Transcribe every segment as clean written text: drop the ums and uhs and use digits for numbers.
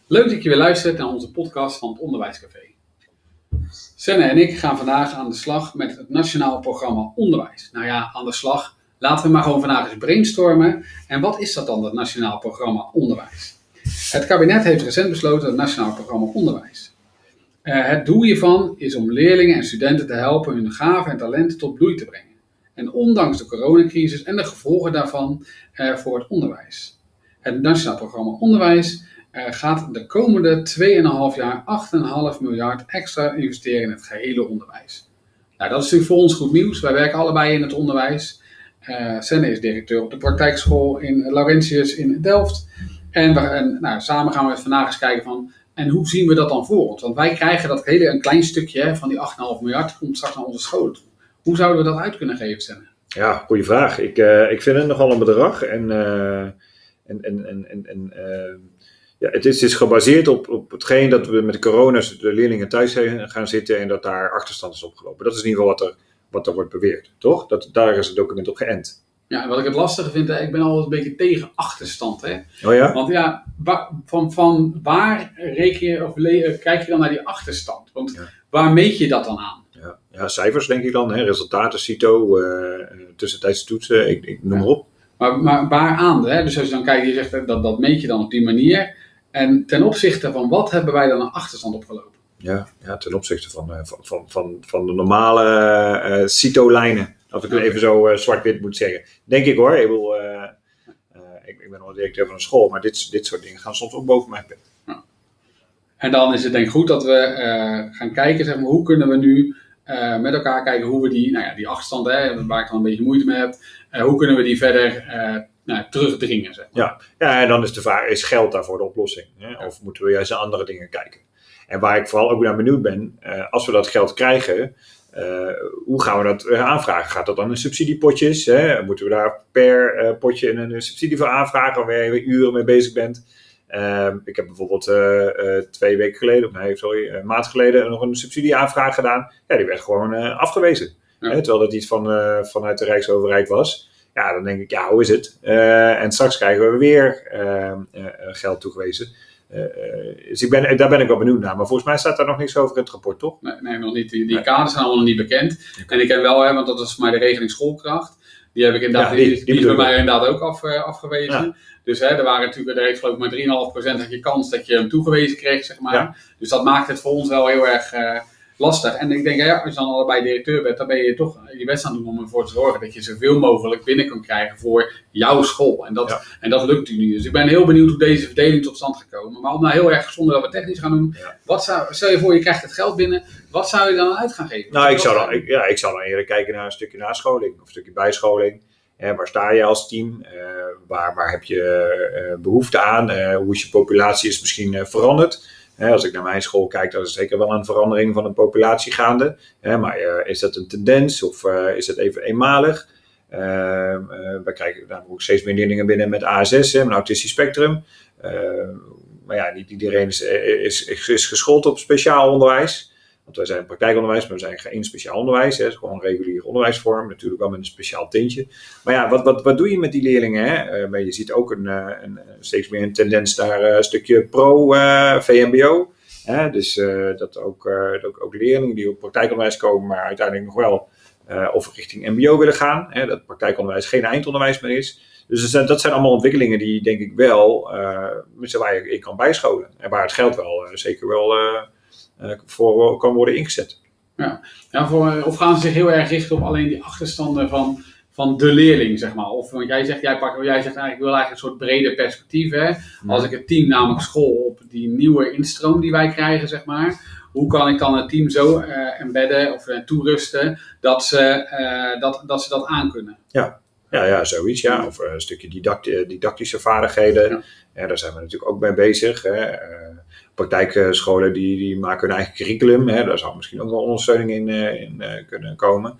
Leuk dat je weer luistert naar onze podcast van het Onderwijscafé. Senne en ik gaan vandaag aan de slag met het Nationaal Programma Onderwijs. Nou ja, aan de slag. Laten we maar gewoon vandaag eens brainstormen. En wat is dat dan, het Nationaal Programma Onderwijs? Het kabinet heeft recent besloten het Nationaal Programma Onderwijs. Het doel hiervan is om leerlingen en studenten te helpen hun gaven en talenten tot bloei te brengen. En ondanks de coronacrisis en de gevolgen daarvan voor het onderwijs. Het Nationaal Programma Onderwijs gaat de komende 2,5 jaar 8,5 miljard extra investeren in het gehele onderwijs. Nou, dat is natuurlijk voor ons goed nieuws. Wij werken allebei in het onderwijs. Senne is directeur op de praktijkschool in Laurentius in Delft. En samen gaan we vandaag eens kijken van, en hoe zien we dat dan voor ons? Want wij krijgen dat hele een klein stukje van die 8,5 miljard, komt straks naar onze scholen toe. Hoe zouden we dat uit kunnen geven, Senne? Ja, goede vraag. Ik vind het nogal een bedrag. Het is gebaseerd op hetgeen dat we met de corona de leerlingen thuis gaan zitten en dat daar achterstand is opgelopen. Dat is in ieder geval wat er wordt beweerd, toch? Daar is het document op geënt. Ja, en wat ik het lastige vind, ik ben altijd een beetje tegen achterstand. Hè? Oh ja? Want ja, van waar reken je of kijk je dan naar die achterstand? Want waar meet je dat dan aan? Ja, cijfers denk ik dan, hè? Resultaten, CITO, tussentijdse toetsen, ik noem maar op. Maar waaraan? Hè? Dus als je dan kijkt, je zegt dat meet je dan op die manier. En ten opzichte van wat hebben wij dan een achterstand opgelopen? Ja, ten opzichte van de normale CITO-lijnen. Als ik het even zo zwart-wit moet zeggen. Denk ik hoor. Ik ben nog directeur van een school, maar dit soort dingen gaan soms ook boven mijn pet. Ja. En dan is het denk ik goed dat we gaan kijken, zeg maar, hoe kunnen we nu met elkaar kijken hoe we die achterstand, waar ik dan een beetje moeite mee heb, hoe kunnen we die verder terugdringen, zeg maar. Ja, en dan is de vraag, is geld daarvoor de oplossing? Hè? Of moeten we juist naar andere dingen kijken? En waar ik vooral ook naar benieuwd ben, als we dat geld krijgen, hoe gaan we dat aanvragen? Gaat dat dan in subsidiepotjes? Hè? Moeten we daar per potje een subsidie voor aanvragen waar je uren mee bezig bent? Ik heb bijvoorbeeld 2 maand geleden nog een subsidieaanvraag gedaan. Ja, die werd gewoon afgewezen. Ja. Terwijl dat iets vanuit de Rijksoverheid was. Ja, dan denk ik, hoe is het? En straks krijgen we weer geld toegewezen. Dus daar ben ik wel benieuwd naar. Maar volgens mij staat daar nog niks over in het rapport, toch? Nee, nog niet. Die kaders zijn allemaal nog niet bekend. Okay. En ik heb wel, want dat is voor mij de regeling schoolkracht. Die heb ik inderdaad, die is bij mij inderdaad ook afgewezen. Ja. Dus er waren natuurlijk, er heeft geloof ik maar 3,5% had je kans dat je hem toegewezen kreeg, zeg maar. Ja. Dus dat maakt het voor ons wel heel erg lastig. En ik denk, als je dan allebei directeur bent, dan ben je toch je best aan het doen om ervoor te zorgen dat je zoveel mogelijk binnen kan krijgen voor jouw school. En dat lukt nu. Dus ik ben heel benieuwd hoe deze verdeling tot stand gaat komen. Maar om nou heel erg, zonder dat we technisch gaan doen, stel je voor je krijgt het geld binnen, wat zou je dan uit gaan geven? Nou, ik zou dan eerder kijken naar een stukje nascholing of een stukje bijscholing. Waar sta je als team? Waar heb je behoefte aan? Hoe is je populatie is misschien veranderd? Als ik naar mijn school kijk, dan is er zeker wel een verandering van een populatie gaande. Maar is dat een tendens of is dat even eenmalig? We krijgen namelijk ook steeds meer leerlingen binnen met ASS, een autistisch spectrum. Maar niet iedereen is geschoold op speciaal onderwijs. Want wij zijn praktijkonderwijs, maar we zijn geen speciaal onderwijs. Het is gewoon een reguliere onderwijsvorm, natuurlijk wel met een speciaal tintje. Maar wat doe je met die leerlingen? Hè? Maar je ziet ook steeds meer een tendens naar een stukje pro-VMBO. Dus dat ook leerlingen die op praktijkonderwijs komen, maar uiteindelijk nog wel of richting MBO willen gaan. Dat praktijkonderwijs geen eindonderwijs meer is. Dus dat zijn allemaal ontwikkelingen die denk ik wel, waar je kan bijscholen. En waar het geld wel zeker wel voor kan worden ingezet. Of gaan ze zich heel erg richten op alleen die achterstanden van de leerling, zeg maar? Of, want jij zegt eigenlijk, ik wil eigenlijk een soort breder perspectief. Hè? Als ik het team namelijk school op die nieuwe instroom die wij krijgen, zeg maar. Hoe kan ik dan het team zo embedden of toerusten dat ze dat aankunnen? Ja, zoiets. Ja. Of een stukje didactische vaardigheden. Ja, daar zijn we natuurlijk ook mee bezig. Praktijkscholen die maken hun eigen curriculum. Daar zou misschien ook wel ondersteuning in kunnen komen.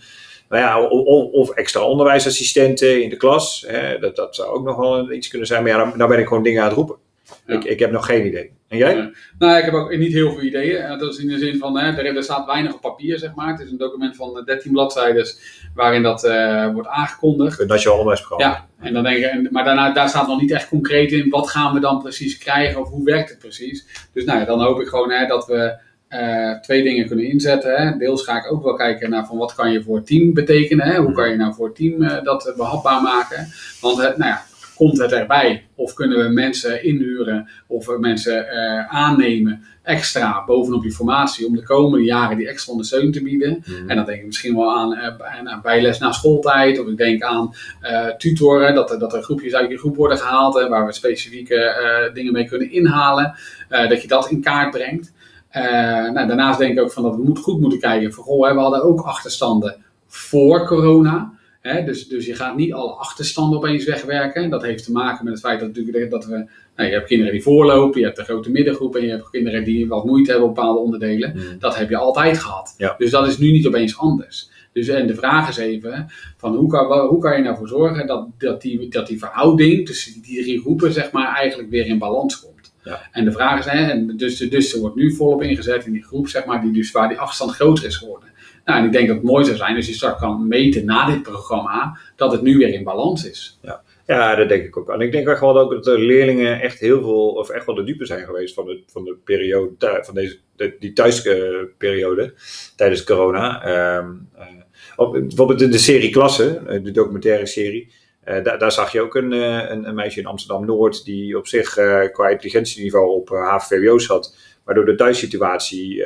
Of extra onderwijsassistenten in de klas. Dat zou ook nog wel iets kunnen zijn. Maar nou ben ik gewoon dingen aan het roepen. Ja. Ik heb nog geen idee. En jij? Nou, ik heb ook niet heel veel ideeën. Dat is in de zin van, er staat weinig op papier, zeg maar. Het is een document van 13 bladzijden waarin dat wordt aangekondigd. Het Nationaal Onderwijsprogramma. Ja, en dan denk ik, maar daar staat nog niet echt concreet in, wat gaan we dan precies krijgen of hoe werkt het precies. Dus nou ja, dan hoop ik gewoon dat we 2 dingen kunnen inzetten. Hè. Deels ga ik ook wel kijken naar van wat kan je voor het team betekenen. Hè. Hoe kan je nou voor het team dat behapbaar maken. Want komt het erbij? Of kunnen we mensen inhuren of we mensen aannemen extra bovenop die formatie om de komende jaren die extra ondersteuning te bieden. En dan denk ik misschien wel aan bijles na schooltijd of ik denk aan tutoren, dat er groepjes uit je groep worden gehaald waar we specifieke dingen mee kunnen inhalen. Dat je dat in kaart brengt. Daarnaast denk ik ook van dat we goed moeten kijken van we hadden ook achterstanden voor corona. Dus je gaat niet alle achterstanden opeens wegwerken. Dat heeft te maken met het feit dat we... je hebt kinderen die voorlopen, je hebt de grote middengroep en je hebt kinderen die wat moeite hebben op bepaalde onderdelen. Dat heb je altijd gehad. Ja. Dus dat is nu niet opeens anders. En de vraag is even, van hoe kan je nou voor zorgen dat die verhouding tussen die 3 groepen zeg maar eigenlijk weer in balans komt. Ja. En de vraag is, dus er wordt nu volop ingezet in die groep zeg maar, waar die afstand groter is geworden. Nou, en ik denk dat het mooi zou zijn als je straks kan meten na dit programma dat het nu weer in balans is. Ja, dat denk ik ook. En ik denk echt wel ook dat de leerlingen echt heel veel, of echt wel de dupe zijn geweest van de periode, van die thuisperiode tijdens corona. Bijvoorbeeld in de serie Klassen, de documentaire serie, daar zag je ook een meisje in Amsterdam-Noord die op zich qua intelligentieniveau op HAVO-VWO zat. Waardoor de thuissituatie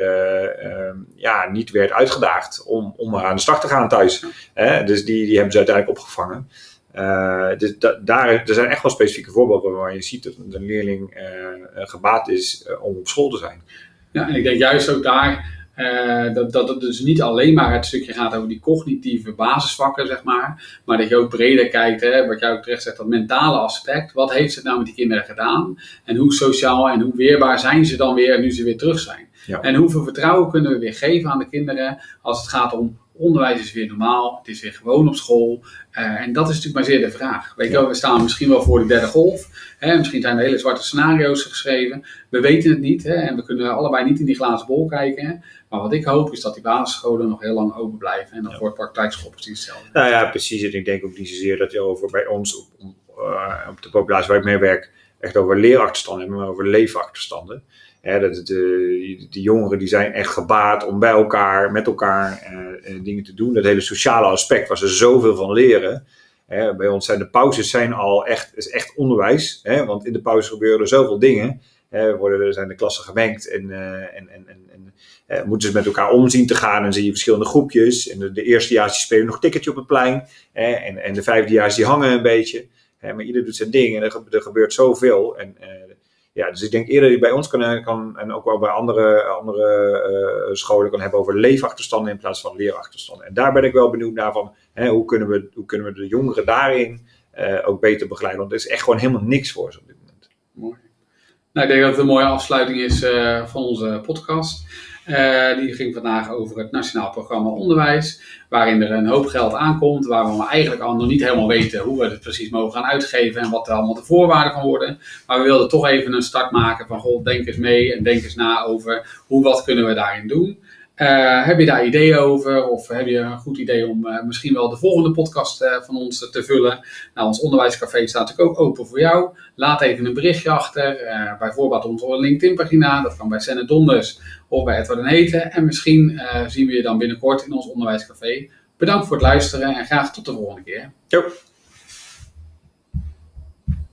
niet werd uitgedaagd om maar aan de slag te gaan thuis. Dus die hebben ze uiteindelijk opgevangen. Dus er zijn echt wel specifieke voorbeelden waar je ziet dat een leerling gebaat is om op school te zijn. Ja, en ik denk juist ook daar dat het dus niet alleen maar het stukje gaat over die cognitieve basisvakken, zeg maar dat je ook breder kijkt, wat jij ook terecht zegt, dat mentale aspect. Wat heeft het nou met die kinderen gedaan? En hoe sociaal en hoe weerbaar zijn ze dan weer nu ze weer terug zijn? Ja. En hoeveel vertrouwen kunnen we weer geven aan de kinderen als het gaat om onderwijs is weer normaal, het is weer gewoon op school. En dat is natuurlijk maar zeer de vraag. Weet je wel, we staan misschien wel voor de 3e golf. Misschien zijn er hele zwarte scenario's geschreven. We weten het niet. En we kunnen allebei niet in die glazen bol kijken. Maar wat ik hoop is dat die basisscholen nog heel lang open blijven. En dan wordt praktijkschool precies hetzelfde. Nou ja, precies. En ik denk ook niet zozeer dat je over bij ons op de populatie waar ik mee werk echt over leerachterstanden hebben, maar over leefachterstanden. De jongeren die zijn echt gebaat om met elkaar dingen te doen. Dat hele sociale aspect waar ze zoveel van leren. Bij ons zijn de pauzes is echt onderwijs. Want in de pauze gebeuren er zoveel dingen. Zijn de klassen gemengd en moeten ze met elkaar omzien te gaan. En zie je verschillende groepjes. En de eerstejaars die spelen nog ticketje op het plein. En de 5e-jaars die hangen een beetje. Maar ieder doet zijn ding en er gebeurt zoveel. Dus ik denk eerder dat je bij ons kan en ook wel bij andere scholen kan hebben over leefachterstanden in plaats van leerachterstanden. En daar ben ik wel benieuwd naar van hoe kunnen we de jongeren daarin ook beter begeleiden. Want er is echt gewoon helemaal niks voor ze op dit moment. Mooi. Nou, ik denk dat het een mooie afsluiting is van onze podcast. Die ging vandaag over het Nationaal Programma Onderwijs, waarin er een hoop geld aankomt, waar we eigenlijk al nog niet helemaal weten hoe we het precies mogen gaan uitgeven en wat er allemaal de voorwaarden van worden. Maar we wilden toch even een start maken van, denk eens mee en denk eens na over wat kunnen we daarin doen. Heb je daar ideeën over of heb je een goed idee om misschien wel de volgende podcast van ons te vullen? Nou, ons onderwijscafé staat natuurlijk ook open voor jou. Laat even een berichtje achter, bijvoorbeeld op onze LinkedIn pagina, dat kan bij Senne Donders of bij Edward en Heten. En misschien zien we je dan binnenkort in ons onderwijscafé. Bedankt voor het luisteren en graag tot de volgende keer. Jo.